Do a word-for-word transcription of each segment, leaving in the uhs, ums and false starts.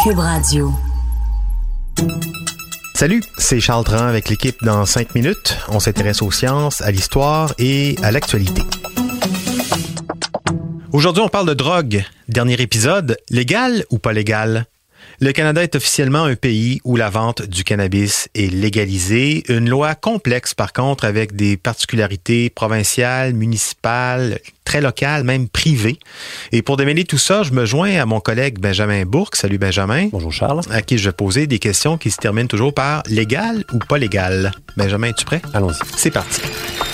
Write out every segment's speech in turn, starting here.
Cube Radio. Salut, c'est Charles Tran avec l'équipe dans cinq minutes. On s'intéresse aux sciences, à l'histoire et à l'actualité. Aujourd'hui, on parle de drogue. Dernier épisode, légal ou pas légal? Le Canada est officiellement un pays où la vente du cannabis est légalisée. Une loi complexe, par contre, avec des particularités provinciales, municipales, très locales, même privées. Et pour démêler tout ça, je me joins à mon collègue Benjamin Bourque. Salut Benjamin. Bonjour Charles. À qui je vais poser des questions qui se terminent toujours par légal ou pas légal. Benjamin, es-tu prêt? Allons-y. C'est parti.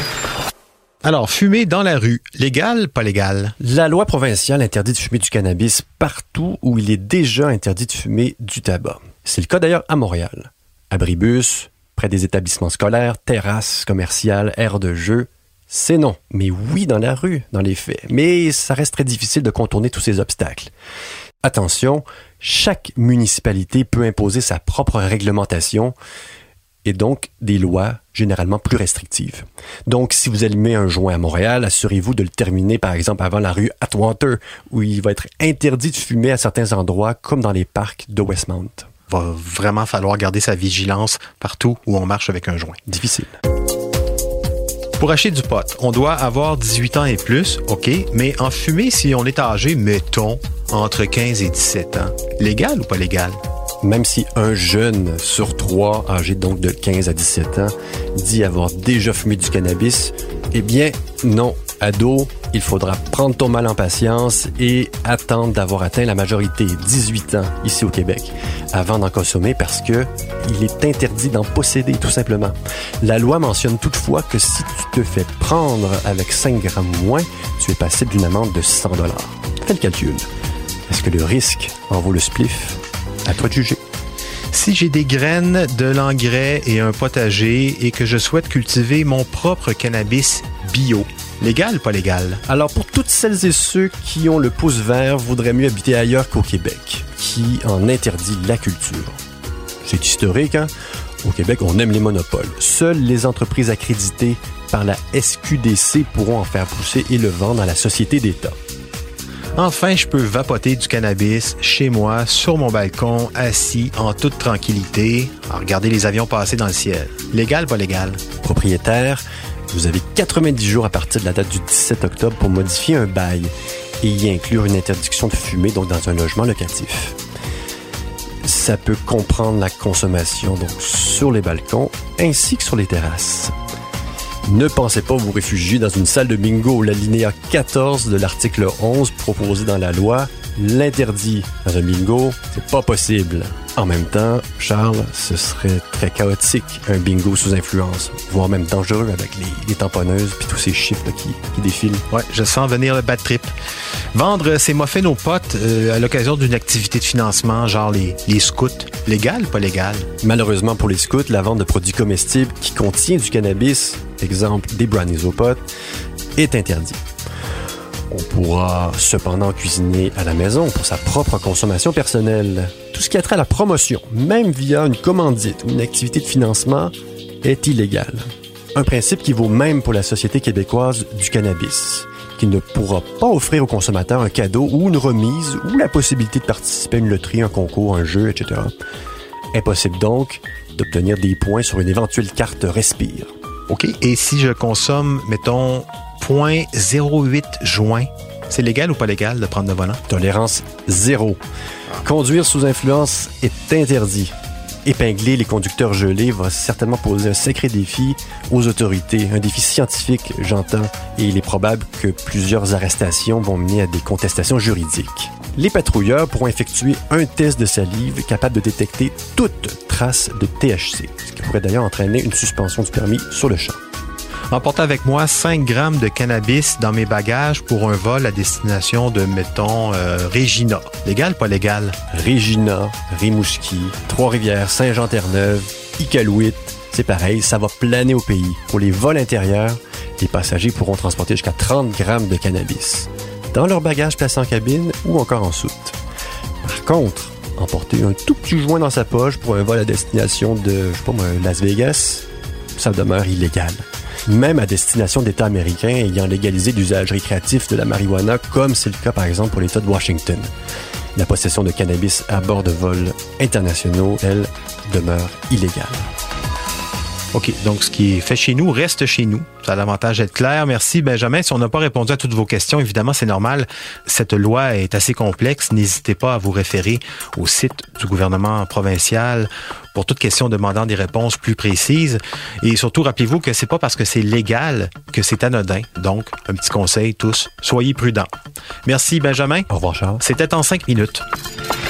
Alors, fumer dans la rue, légal, pas légal? La loi provinciale interdit de fumer du cannabis partout où il est déjà interdit de fumer du tabac. C'est le cas d'ailleurs à Montréal. Abribus, près des établissements scolaires, terrasses commerciales, aires de jeu. C'est non, mais oui dans la rue, dans les faits. Mais ça reste très difficile de contourner tous ces obstacles. Attention, chaque municipalité peut imposer sa propre réglementation et donc des lois généralement plus restrictives. Donc, si vous allumez un joint à Montréal, assurez-vous de le terminer, par exemple, avant la rue Atwater, où il va être interdit de fumer à certains endroits, comme dans les parcs de Westmount. Va vraiment falloir garder sa vigilance partout où on marche avec un joint. Difficile. Pour acheter du pot, on doit avoir dix-huit ans et plus, OK, mais en fumer si on est âgé, mettons, entre quinze et dix-sept ans. Légal ou pas légal? Même si un jeune sur trois, âgé donc de quinze à dix-sept ans, dit avoir déjà fumé du cannabis, eh bien, non. Ado, il faudra prendre ton mal en patience et attendre d'avoir atteint la majorité, dix-huit ans, ici au Québec, avant d'en consommer parce que il est interdit d'en posséder, tout simplement. La loi mentionne toutefois que si tu te fais prendre avec cinq grammes ou moins, tu es passible d'une amende de cent dollars. Fais le calcul. Est-ce que le risque en vaut le spliff? À toi de juger. Si j'ai des graines, de l'engrais et un potager et que je souhaite cultiver mon propre cannabis bio, légal ou pas légal? Alors, pour toutes celles et ceux qui ont le pouce vert, voudraient mieux habiter ailleurs qu'au Québec, qui en interdit la culture. C'est historique, hein? Au Québec, on aime les monopoles. Seules les entreprises accréditées par la S Q D C pourront en faire pousser et le vendre à la société d'État. Enfin, je peux vapoter du cannabis chez moi, sur mon balcon, assis, en toute tranquillité, à regarder les avions passer dans le ciel. Légal, pas légal? Propriétaire, vous avez quatre-vingt-dix jours à partir de la date du dix-sept octobre pour modifier un bail et y inclure une interdiction de fumer, donc dans un logement locatif. Ça peut comprendre la consommation donc sur les balcons ainsi que sur les terrasses. Ne pensez pas vous réfugier dans une salle de bingo. L'alinéa quatorze de l'article onze proposé dans la loi l'interdit. Dans un bingo, c'est pas possible. En même temps, Charles, ce serait très chaotique, un bingo sous influence, voire même dangereux avec les, les tamponneuses puis tous ces chiffres là, qui, qui défilent. Ouais, je sens venir le bad trip. Vendre ses muffins aux potes euh, à l'occasion d'une activité de financement, genre les, les scouts, légal ou pas légal? Malheureusement pour les scouts, la vente de produits comestibles qui contient du cannabis, exemple des brownies aux potes, est interdite. On pourra cependant cuisiner à la maison pour sa propre consommation personnelle. Tout ce qui a trait à la promotion, même via une commandite ou une activité de financement, est illégal. Un principe qui vaut même pour la Société québécoise du cannabis, qui ne pourra pas offrir aux consommateurs un cadeau ou une remise ou la possibilité de participer à une loterie, un concours, un jeu, et cetera. Impossible donc d'obtenir des points sur une éventuelle carte Respire. OK. Et si je consomme, mettons, zéro virgule zéro huit joints, c'est légal ou pas légal de prendre le volant? Tolérance zéro. Conduire sous influence est interdit. Épingler les conducteurs gelés va certainement poser un sacré défi aux autorités. Un défi scientifique, j'entends, et il est probable que plusieurs arrestations vont mener à des contestations juridiques. Les patrouilleurs pourront effectuer un test de salive capable de détecter toute trace de T H C, ce qui pourrait d'ailleurs entraîner une suspension du permis sur le champ. Emporter avec moi cinq grammes de cannabis dans mes bagages pour un vol à destination de, mettons, euh, Regina. Légal, pas légal? Regina, Rimouski, Trois-Rivières, Saint-Jean-Terre-Neuve, Iqaluit, c'est pareil, ça va planer au pays. Pour les vols intérieurs, les passagers pourront transporter jusqu'à trente grammes de cannabis dans leur bagage placé en cabine ou encore en soute. Par contre, emporter un tout petit joint dans sa poche pour un vol à destination de, je sais pas moi, Las Vegas, ça demeure illégal. Même à destination d'États américains ayant légalisé l'usage récréatif de la marijuana, comme c'est le cas par exemple pour l'État de Washington. La possession de cannabis à bord de vols internationaux, elle, demeure illégale. OK, donc ce qui est fait chez nous reste chez nous. Ça a l'avantage d'être clair. Merci, Benjamin. Si on n'a pas répondu à toutes vos questions, évidemment, c'est normal. Cette loi est assez complexe. N'hésitez pas à vous référer au site du gouvernement provincial pour toute question demandant des réponses plus précises. Et surtout, rappelez-vous que c'est pas parce que c'est légal que c'est anodin. Donc, un petit conseil, tous, soyez prudents. Merci, Benjamin. Au revoir, Charles. C'était en cinq minutes.